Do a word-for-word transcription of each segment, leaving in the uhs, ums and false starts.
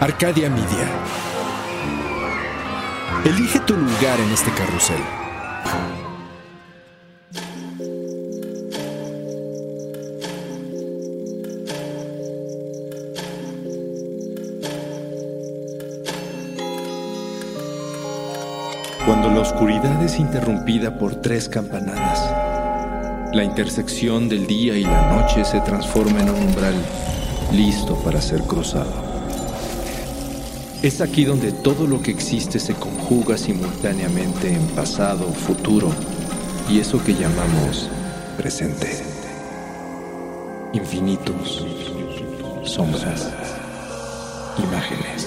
Arcadia Media. Elige tu lugar en este carrusel. Cuando la oscuridad es interrumpida por tres campanadas, la intersección del día y la noche se transforma en un umbral listo para ser cruzado. Es aquí donde todo lo que existe se conjuga simultáneamente en pasado, futuro y eso que llamamos presente. Infinitos, sombras, imágenes.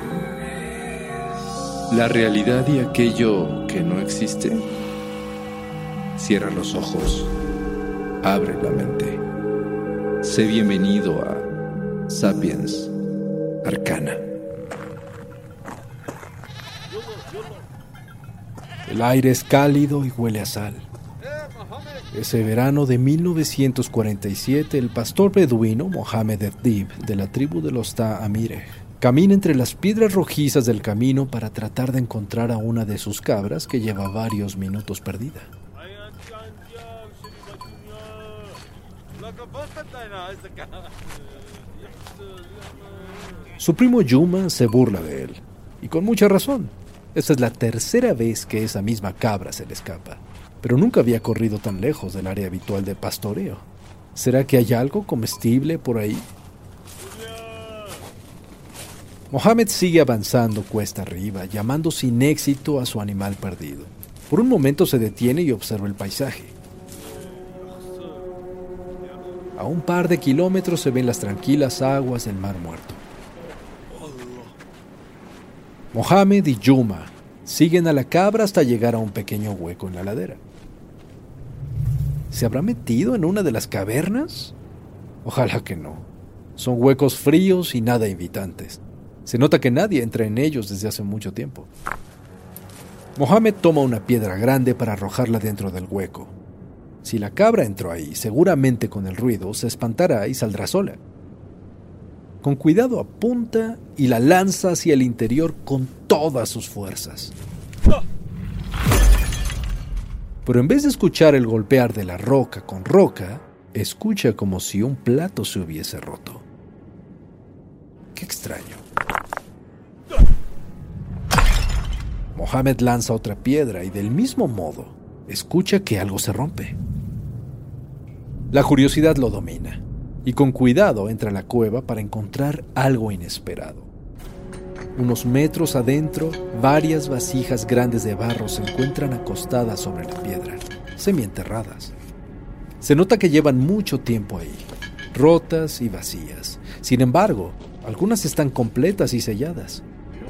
La realidad y aquello que no existe. Cierra los ojos, abre la mente. Sé bienvenido a Sapiens Arcana. El aire es cálido y huele a sal. Ese verano de mil novecientos cuarenta y siete, el pastor beduino Mohamed Ed-Dib, de la tribu de los Ta'amire, camina entre las piedras rojizas del camino para tratar de encontrar a una de sus cabras que lleva varios minutos perdida. Su primo Yuma se burla de él, y con mucha razón. Esta es la tercera vez que esa misma cabra se le escapa, pero nunca había corrido tan lejos del área habitual de pastoreo. ¿Será que hay algo comestible por ahí? Mohamed sigue avanzando cuesta arriba, llamando sin éxito a su animal perdido. Por un momento se detiene y observa el paisaje. A un par de kilómetros se ven las tranquilas aguas del Mar Muerto. Mohamed y Yuma siguen a la cabra hasta llegar a un pequeño hueco en la ladera. ¿Se habrá metido en una de las cavernas? Ojalá que no. Son huecos fríos y nada invitantes. Se nota que nadie entra en ellos desde hace mucho tiempo. Mohamed toma una piedra grande para arrojarla dentro del hueco. Si la cabra entró ahí, seguramente con el ruido se espantará y saldrá sola. Con cuidado apunta y la lanza hacia el interior con todas sus fuerzas. Pero en vez de escuchar el golpear de la roca con roca, escucha como si un plato se hubiese roto. ¡Qué extraño! Mohamed lanza otra piedra y del mismo modo escucha que algo se rompe. La curiosidad lo domina y con cuidado entra a la cueva para encontrar algo inesperado. Unos metros adentro, varias vasijas grandes de barro se encuentran acostadas sobre la piedra, semienterradas. Se nota que llevan mucho tiempo ahí, rotas y vacías. Sin embargo, algunas están completas y selladas.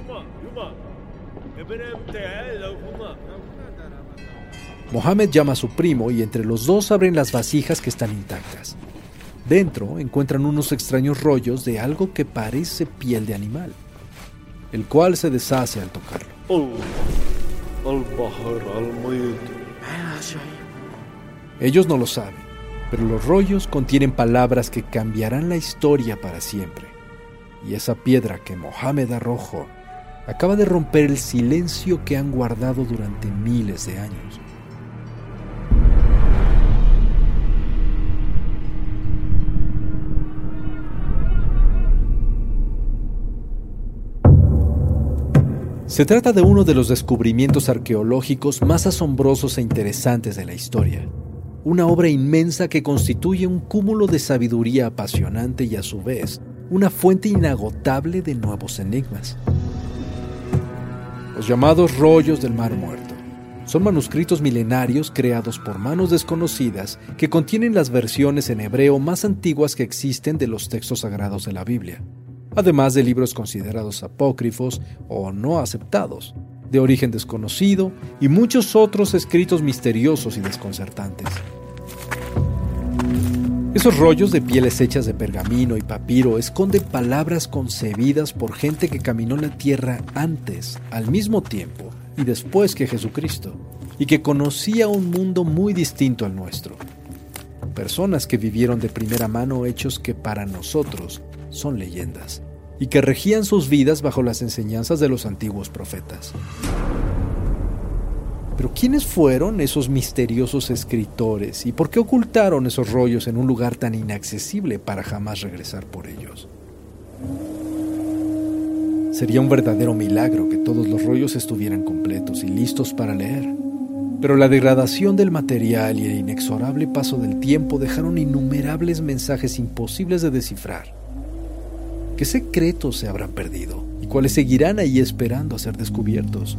Mohamed llama a su primo y entre los dos abren las vasijas que están intactas. Dentro encuentran unos extraños rollos de algo que parece piel de animal, el cual se deshace al tocarlo. Ellos no lo saben, pero los rollos contienen palabras que cambiarán la historia para siempre. Y esa piedra que Mohamed arrojó acaba de romper el silencio que han guardado durante miles de años. Se trata de uno de los descubrimientos arqueológicos más asombrosos e interesantes de la historia. Una obra inmensa que constituye un cúmulo de sabiduría apasionante y a su vez una fuente inagotable de nuevos enigmas. Los llamados rollos del Mar Muerto son manuscritos milenarios creados por manos desconocidas que contienen las versiones en hebreo más antiguas que existen de los textos sagrados de la Biblia, además de libros considerados apócrifos o no aceptados, de origen desconocido y muchos otros escritos misteriosos y desconcertantes. Esos rollos de pieles hechas de pergamino y papiro esconden palabras concebidas por gente que caminó la tierra antes, al mismo tiempo y después que Jesucristo, y que conocía un mundo muy distinto al nuestro. Personas que vivieron de primera mano hechos que para nosotros son leyendas, y que regían sus vidas bajo las enseñanzas de los antiguos profetas. Pero ¿quiénes fueron esos misteriosos escritores y por qué ocultaron esos rollos en un lugar tan inaccesible para jamás regresar por ellos? Sería un verdadero milagro que todos los rollos estuvieran completos y listos para leer. Pero la degradación del material y el inexorable paso del tiempo dejaron innumerables mensajes imposibles de descifrar. ¿Qué secretos se habrán perdido y cuáles seguirán ahí esperando a ser descubiertos?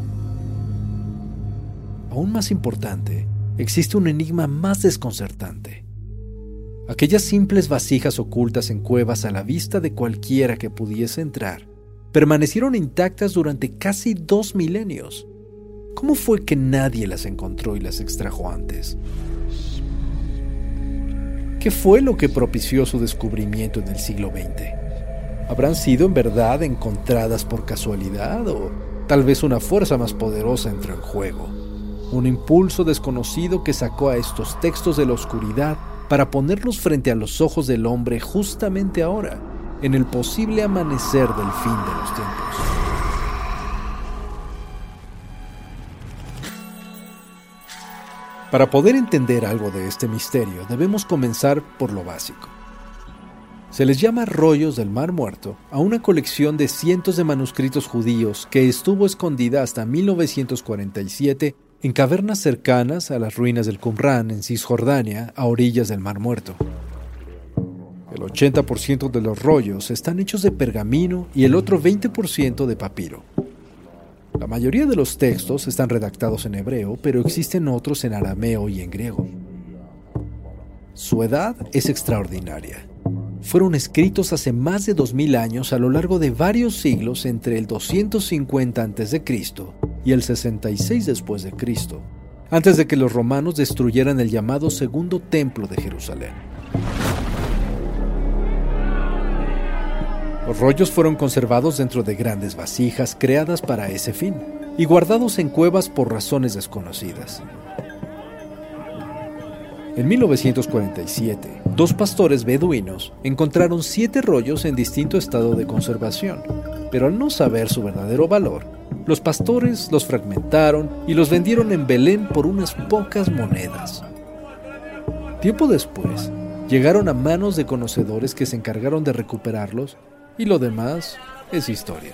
Aún más importante, existe un enigma más desconcertante. Aquellas simples vasijas ocultas en cuevas a la vista de cualquiera que pudiese entrar, permanecieron intactas durante casi dos milenios. ¿Cómo fue que nadie las encontró y las extrajo antes? ¿Qué fue lo que propició su descubrimiento en el siglo veinte? ¿Habrán sido en verdad encontradas por casualidad o tal vez una fuerza más poderosa entró en juego? Un impulso desconocido que sacó a estos textos de la oscuridad para ponerlos frente a los ojos del hombre justamente ahora, en el posible amanecer del fin de los tiempos. Para poder entender algo de este misterio, debemos comenzar por lo básico. Se les llama rollos del Mar Muerto a una colección de cientos de manuscritos judíos que estuvo escondida hasta mil novecientos cuarenta y siete en cavernas cercanas a las ruinas del Qumrán en Cisjordania, a orillas del Mar Muerto. El ochenta por ciento de los rollos están hechos de pergamino y el otro veinte por ciento de papiro. La mayoría de los textos están redactados en hebreo, pero existen otros en arameo y en griego. Su edad es extraordinaria. Fueron escritos hace más de dos mil años a lo largo de varios siglos entre el doscientos cincuenta antes de Cristo y el sesenta y seis después de Cristo, antes de que los romanos destruyeran el llamado Segundo Templo de Jerusalén. Los rollos fueron conservados dentro de grandes vasijas creadas para ese fin y guardados en cuevas por razones desconocidas. En mil novecientos cuarenta y siete, dos pastores beduinos encontraron siete rollos en distinto estado de conservación, pero al no saber su verdadero valor, los pastores los fragmentaron y los vendieron en Belén por unas pocas monedas. Tiempo después, llegaron a manos de conocedores que se encargaron de recuperarlos y lo demás es historia.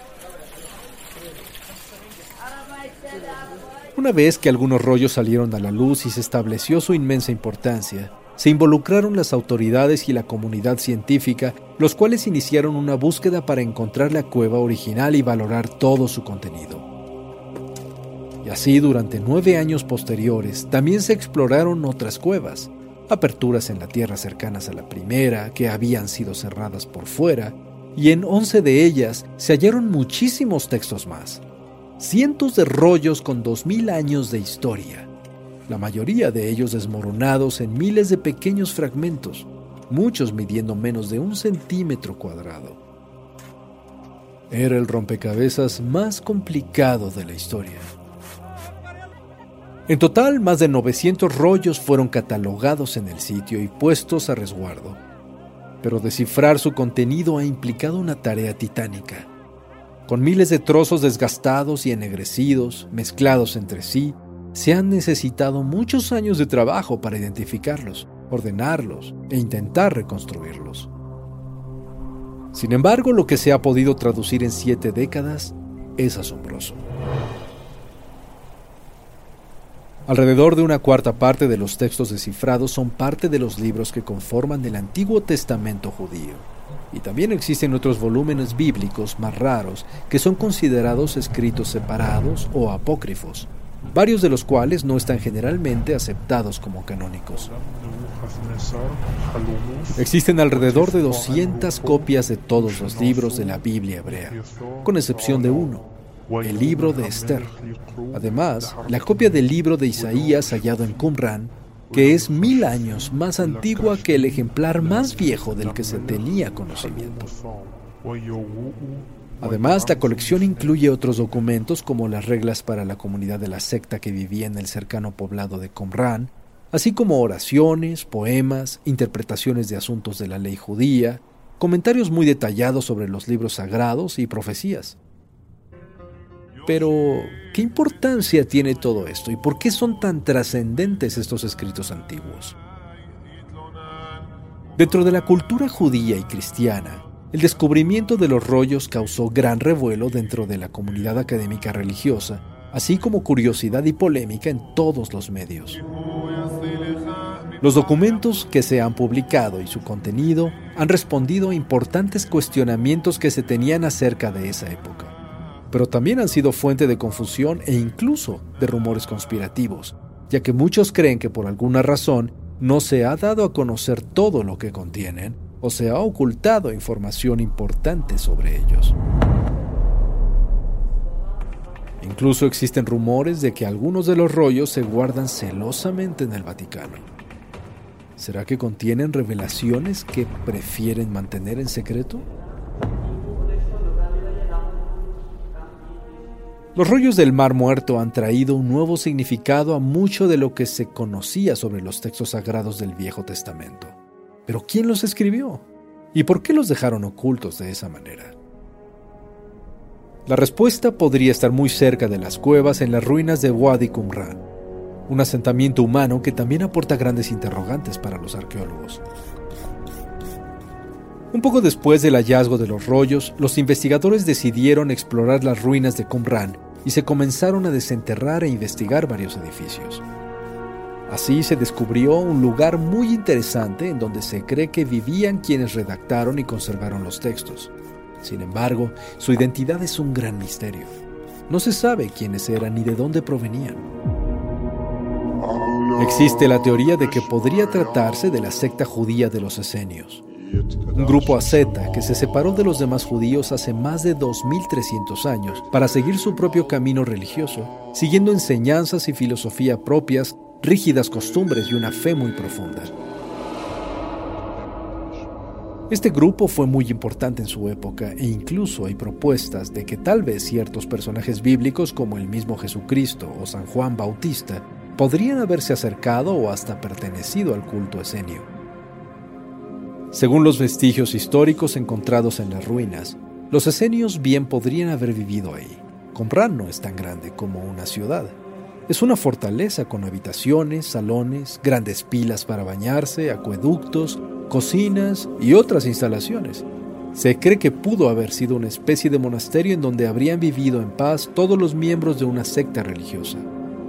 Una vez que algunos rollos salieron a la luz y se estableció su inmensa importancia, se involucraron las autoridades y la comunidad científica, los cuales iniciaron una búsqueda para encontrar la cueva original y valorar todo su contenido. Y así, durante nueve años posteriores, también se exploraron otras cuevas, aperturas en la tierra cercanas a la primera, que habían sido cerradas por fuera, y en once de ellas se hallaron muchísimos textos más. Cientos de rollos con dos mil años de historia, la mayoría de ellos desmoronados en miles de pequeños fragmentos, muchos midiendo menos de un centímetro cuadrado. Era el rompecabezas más complicado de la historia. En total, más de novecientos rollos fueron catalogados en el sitio y puestos a resguardo, pero descifrar su contenido ha implicado una tarea titánica. Con miles de trozos desgastados y ennegrecidos, mezclados entre sí, se han necesitado muchos años de trabajo para identificarlos, ordenarlos e intentar reconstruirlos. Sin embargo, lo que se ha podido traducir en siete décadas es asombroso. Alrededor de una cuarta parte de los textos descifrados son parte de los libros que conforman el Antiguo Testamento judío. Y también existen otros volúmenes bíblicos más raros que son considerados escritos separados o apócrifos, varios de los cuales no están generalmente aceptados como canónicos. Existen alrededor de doscientas copias de todos los libros de la Biblia hebrea, con excepción de uno, el libro de Esther. Además, la copia del libro de Isaías hallado en Qumrán, que es mil años más antigua que el ejemplar más viejo del que se tenía conocimiento. Además, la colección incluye otros documentos como las reglas para la comunidad de la secta que vivía en el cercano poblado de Qumrán, así como oraciones, poemas, interpretaciones de asuntos de la ley judía, comentarios muy detallados sobre los libros sagrados y profecías. Pero, ¿qué importancia tiene todo esto y por qué son tan trascendentes estos escritos antiguos? Dentro de la cultura judía y cristiana, el descubrimiento de los rollos causó gran revuelo dentro de la comunidad académica religiosa, así como curiosidad y polémica en todos los medios. Los documentos que se han publicado y su contenido han respondido a importantes cuestionamientos que se tenían acerca de esa época, pero también han sido fuente de confusión e incluso de rumores conspirativos, ya que muchos creen que por alguna razón no se ha dado a conocer todo lo que contienen o se ha ocultado información importante sobre ellos. Incluso existen rumores de que algunos de los rollos se guardan celosamente en el Vaticano. ¿Será que contienen revelaciones que prefieren mantener en secreto? Los rollos del Mar Muerto han traído un nuevo significado a mucho de lo que se conocía sobre los textos sagrados del Viejo Testamento. ¿Pero quién los escribió? ¿Y por qué los dejaron ocultos de esa manera? La respuesta podría estar muy cerca de las cuevas en las ruinas de Wadi Qumran, un asentamiento humano que también aporta grandes interrogantes para los arqueólogos. Un poco después del hallazgo de los rollos, los investigadores decidieron explorar las ruinas de Qumran y se comenzaron a desenterrar e investigar varios edificios. Así se descubrió un lugar muy interesante en donde se cree que vivían quienes redactaron y conservaron los textos. Sin embargo, su identidad es un gran misterio. No se sabe quiénes eran ni de dónde provenían. Existe la teoría de que podría tratarse de la secta judía de los esenios, un grupo asceta que se separó de los demás judíos hace más de dos mil trescientos años para seguir su propio camino religioso, siguiendo enseñanzas y filosofía propias, rígidas costumbres y una fe muy profunda. Este grupo fue muy importante en su época e incluso hay propuestas de que tal vez ciertos personajes bíblicos como el mismo Jesucristo o San Juan Bautista podrían haberse acercado o hasta pertenecido al culto esenio. Según los vestigios históricos encontrados en las ruinas, los esenios bien podrían haber vivido ahí. Qumran no es tan grande como una ciudad. Es una fortaleza con habitaciones, salones, grandes pilas para bañarse, acueductos, cocinas y otras instalaciones. Se cree que pudo haber sido una especie de monasterio en donde habrían vivido en paz todos los miembros de una secta religiosa.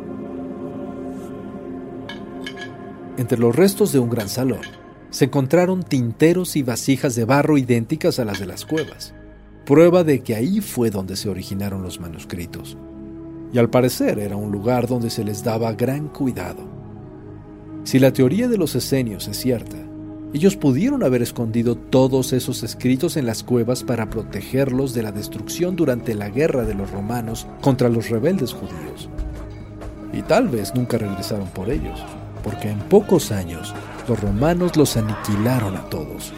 Entre los restos de un gran salón, se encontraron tinteros y vasijas de barro idénticas a las de las cuevas, prueba de que ahí fue donde se originaron los manuscritos. Y al parecer era un lugar donde se les daba gran cuidado. Si la teoría de los esenios es cierta, ellos pudieron haber escondido todos esos escritos en las cuevas para protegerlos de la destrucción durante la guerra de los romanos contra los rebeldes judíos. Y tal vez nunca regresaron por ellos, porque en pocos años los romanos los aniquilaron a todos.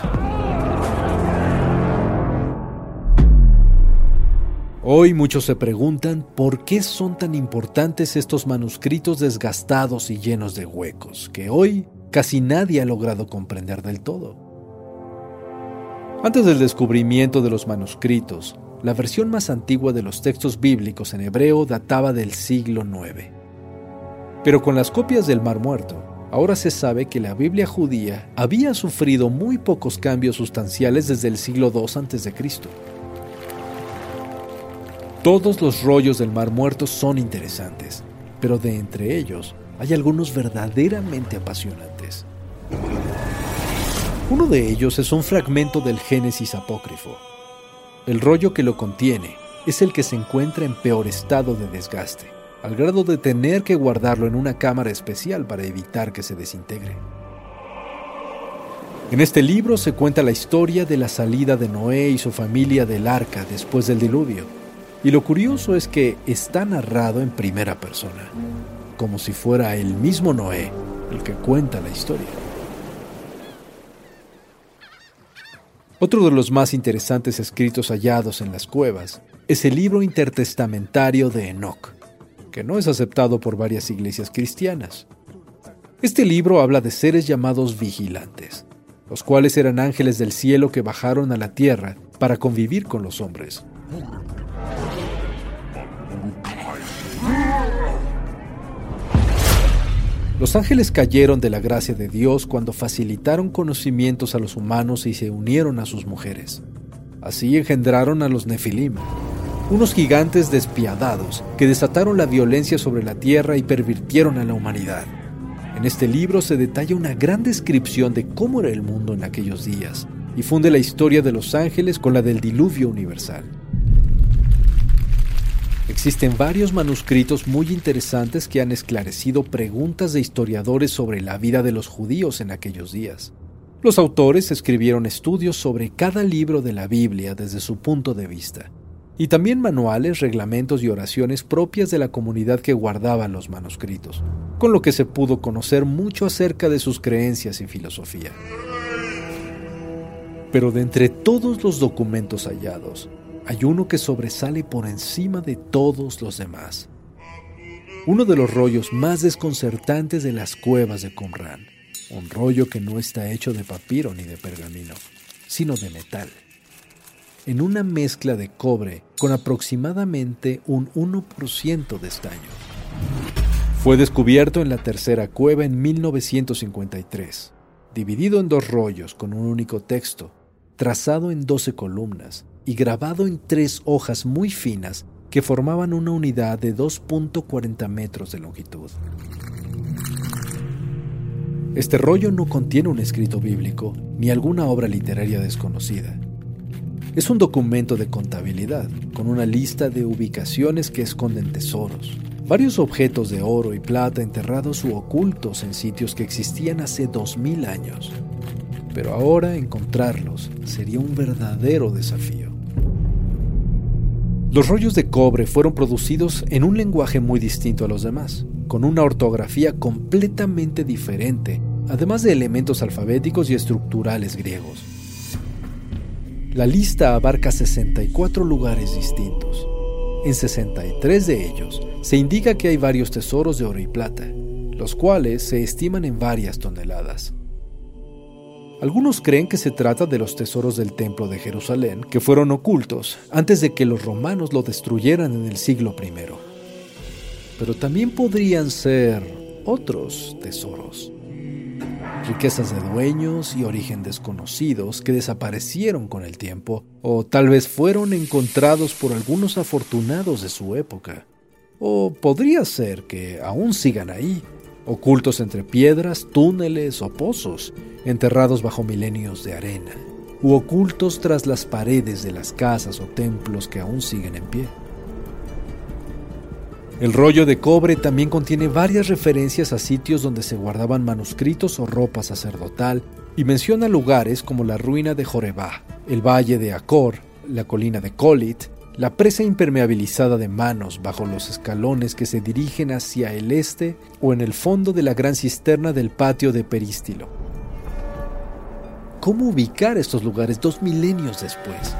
Hoy muchos se preguntan por qué son tan importantes estos manuscritos desgastados y llenos de huecos, que hoy casi nadie ha logrado comprender del todo. Antes del descubrimiento de los manuscritos, la versión más antigua de los textos bíblicos en hebreo databa del siglo noveno. Pero con las copias del Mar Muerto, ahora se sabe que la Biblia judía había sufrido muy pocos cambios sustanciales desde el siglo segundo antes de Cristo. Todos los rollos del Mar Muerto son interesantes, pero de entre ellos hay algunos verdaderamente apasionantes. Uno de ellos es un fragmento del Génesis apócrifo. El rollo que lo contiene es el que se encuentra en peor estado de desgaste, al grado de tener que guardarlo en una cámara especial para evitar que se desintegre. En este libro se cuenta la historia de la salida de Noé y su familia del arca después del diluvio, y lo curioso es que está narrado en primera persona, como si fuera el mismo Noé el que cuenta la historia. Otro de los más interesantes escritos hallados en las cuevas es el libro intertestamentario de Enoc, que no es aceptado por varias iglesias cristianas. Este libro habla de seres llamados vigilantes, los cuales eran ángeles del cielo que bajaron a la tierra para convivir con los hombres. Los ángeles cayeron de la gracia de Dios cuando facilitaron conocimientos a los humanos y se unieron a sus mujeres. Así engendraron a los Nefilim, unos gigantes despiadados que desataron la violencia sobre la tierra y pervirtieron a la humanidad. En este libro se detalla una gran descripción de cómo era el mundo en aquellos días y funde la historia de los ángeles con la del diluvio universal. Existen varios manuscritos muy interesantes que han esclarecido preguntas de historiadores sobre la vida de los judíos en aquellos días. Los autores escribieron estudios sobre cada libro de la Biblia desde su punto de vista, y también manuales, reglamentos y oraciones propias de la comunidad que guardaban los manuscritos, con lo que se pudo conocer mucho acerca de sus creencias y filosofía. Pero de entre todos los documentos hallados, hay uno que sobresale por encima de todos los demás. Uno de los rollos más desconcertantes de las cuevas de Qumran. Un rollo que no está hecho de papiro ni de pergamino, sino de metal. En una mezcla de cobre con aproximadamente un uno por ciento de estaño. Fue descubierto en la tercera cueva en mil novecientos cincuenta y tres, dividido en dos rollos con un único texto, trazado en doce columnas y grabado en tres hojas muy finas que formaban una unidad de dos punto cuarenta metros de longitud. Este rollo no contiene un escrito bíblico ni alguna obra literaria desconocida. Es un documento de contabilidad, con una lista de ubicaciones que esconden tesoros, varios objetos de oro y plata enterrados u ocultos en sitios que existían hace dos mil años. Pero ahora encontrarlos sería un verdadero desafío. Los rollos de cobre fueron producidos en un lenguaje muy distinto a los demás, con una ortografía completamente diferente, además de elementos alfabéticos y estructurales griegos. La lista abarca sesenta y cuatro lugares distintos. En sesenta y tres de ellos se indica que hay varios tesoros de oro y plata, los cuales se estiman en varias toneladas. Algunos creen que se trata de los tesoros del Templo de Jerusalén, que fueron ocultos antes de que los romanos lo destruyeran en el siglo primero. Pero también podrían ser otros tesoros. Riquezas de dueños y origen desconocidos que desaparecieron con el tiempo, o tal vez fueron encontrados por algunos afortunados de su época. O podría ser que aún sigan ahí, ocultos entre piedras, túneles o pozos, enterrados bajo milenios de arena, u ocultos tras las paredes de las casas o templos que aún siguen en pie. El rollo de cobre también contiene varias referencias a sitios donde se guardaban manuscritos o ropa sacerdotal y menciona lugares como la ruina de Jorebá, el valle de Acor, la colina de Colit, la presa impermeabilizada de Manos bajo los escalones que se dirigen hacia el este o en el fondo de la gran cisterna del patio de Perístilo. ¿Cómo ubicar estos lugares dos milenios después?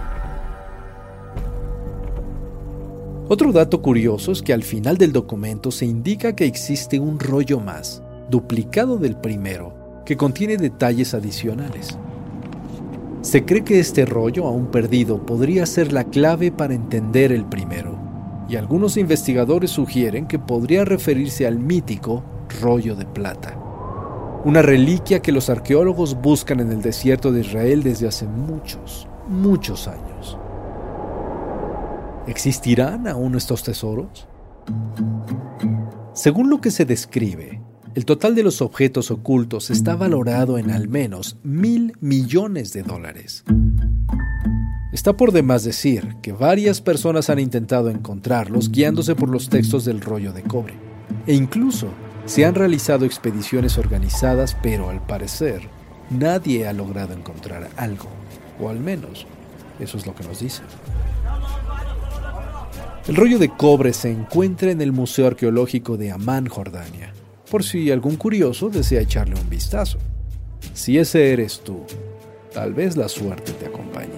Otro dato curioso es que al final del documento se indica que existe un rollo más, duplicado del primero, que contiene detalles adicionales. Se cree que este rollo aún perdido podría ser la clave para entender el primero, y algunos investigadores sugieren que podría referirse al mítico rollo de plata, una reliquia que los arqueólogos buscan en el desierto de Israel desde hace muchos, muchos años. ¿Existirán aún estos tesoros? Según lo que se describe, el total de los objetos ocultos está valorado en al menos mil millones de dólares. Está por demás decir que varias personas han intentado encontrarlos guiándose por los textos del rollo de cobre, e incluso se han realizado expediciones organizadas, pero al parecer nadie ha logrado encontrar algo, o al menos eso es lo que nos dicen. El rollo de cobre se encuentra en el Museo Arqueológico de Amán, Jordania, por si algún curioso desea echarle un vistazo. Si ese eres tú, tal vez la suerte te acompañe.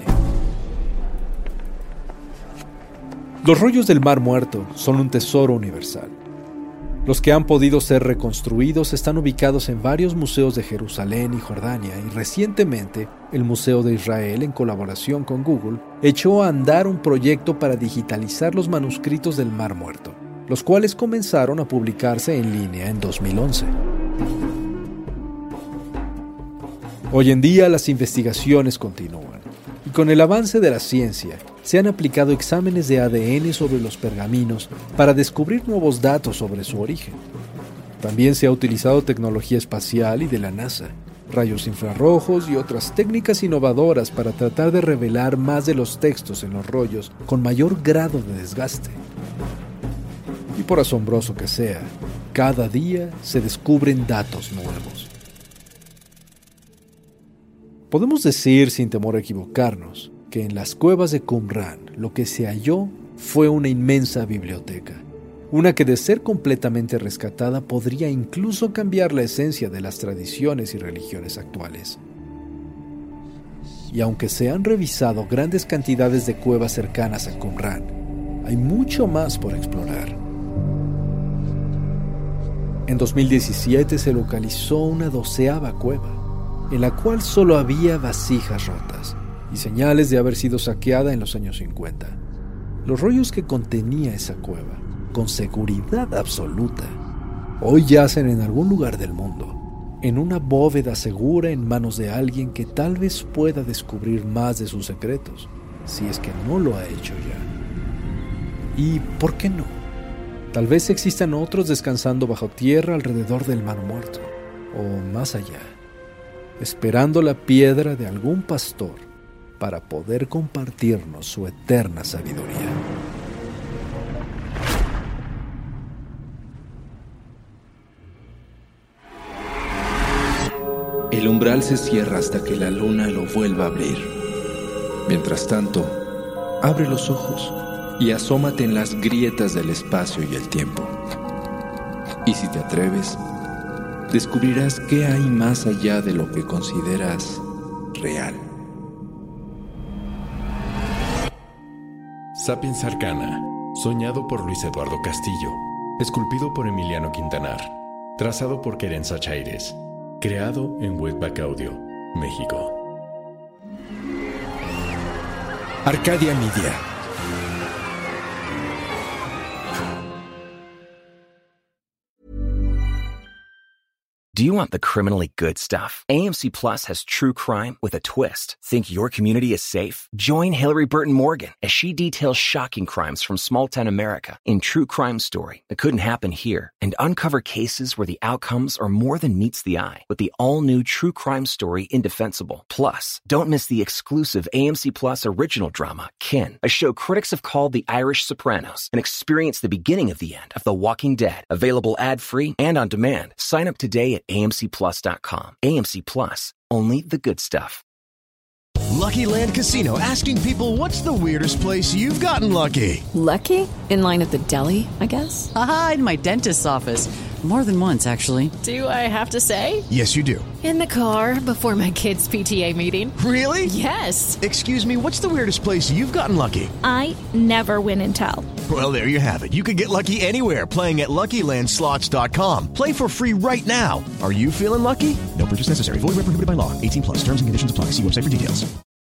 Los rollos del Mar Muerto son un tesoro universal. Los que han podido ser reconstruidos están ubicados en varios museos de Jerusalén y Jordania, y recientemente el Museo de Israel, en colaboración con Google, echó a andar un proyecto para digitalizar los manuscritos del Mar Muerto, los cuales comenzaron a publicarse en línea en dos mil once. Hoy en día las investigaciones continúan, y con el avance de la ciencia, se han aplicado exámenes de A D N sobre los pergaminos para descubrir nuevos datos sobre su origen. También se ha utilizado tecnología espacial y de la NASA, rayos infrarrojos y otras técnicas innovadoras para tratar de revelar más de los textos en los rollos con mayor grado de desgaste. Y por asombroso que sea, cada día se descubren datos nuevos. Podemos decir sin temor a equivocarnos que en las cuevas de Qumran lo que se halló fue una inmensa biblioteca, una que de ser completamente rescatada podría incluso cambiar la esencia de las tradiciones y religiones actuales. Y aunque se han revisado grandes cantidades de cuevas cercanas a Qumran, hay mucho más por explorar. En dos mil diecisiete se localizó una doceava cueva, en la cual solo había vasijas rotas y señales de haber sido saqueada en los años cincuenta. Los rollos que contenía esa cueva, con seguridad absoluta, hoy yacen en algún lugar del mundo, en una bóveda segura en manos de alguien que tal vez pueda descubrir más de sus secretos, si es que no lo ha hecho ya. ¿Y por qué no? Tal vez existan otros descansando bajo tierra alrededor del Mar Muerto, o más allá, esperando la piedra de algún pastor para poder compartirnos su eterna sabiduría. El umbral se cierra hasta que la luna lo vuelva a abrir. Mientras tanto, abre los ojos y asómate en las grietas del espacio y el tiempo. Y si te atreves, descubrirás qué hay más allá de lo que consideras real. Sapiens Arcana, soñado por Luis Eduardo Castillo, esculpido por Emiliano Quintanar, trazado por Querenza Chaires, creado en Webback Audio, México. Arcadia Media. Do you want the criminally good stuff? A M C Plus has true crime with a twist. Think your community is safe? Join Hillary Burton Morgan as she details shocking crimes from small-town America in True Crime Story that couldn't happen here, and uncover cases where the outcomes are more than meets the eye with the all-new True Crime Story Indefensible. Plus, don't miss the exclusive A M C Plus original drama, Kin, a show critics have called the Irish Sopranos, and experience the beginning of the end of The Walking Dead. Available ad-free and on demand. Sign up today at A M C plus dot com. A M C Plus, only the good stuff. Lucky Land Casino, asking people, what's the weirdest place you've gotten lucky? Lucky? In line at the deli, I guess? Aha, in my dentist's office. More than once, actually. Do I have to say? Yes, you do. In the car before my kids' P T A meeting. Really? Yes. Excuse me, what's the weirdest place you've gotten lucky? I never win and tell. Well, there you have it. You can get lucky anywhere, playing at Lucky Land Slots dot com. Play for free right now. Are you feeling lucky? No purchase necessary. Void where prohibited by law. eighteen plus. Terms and conditions apply. See website for details.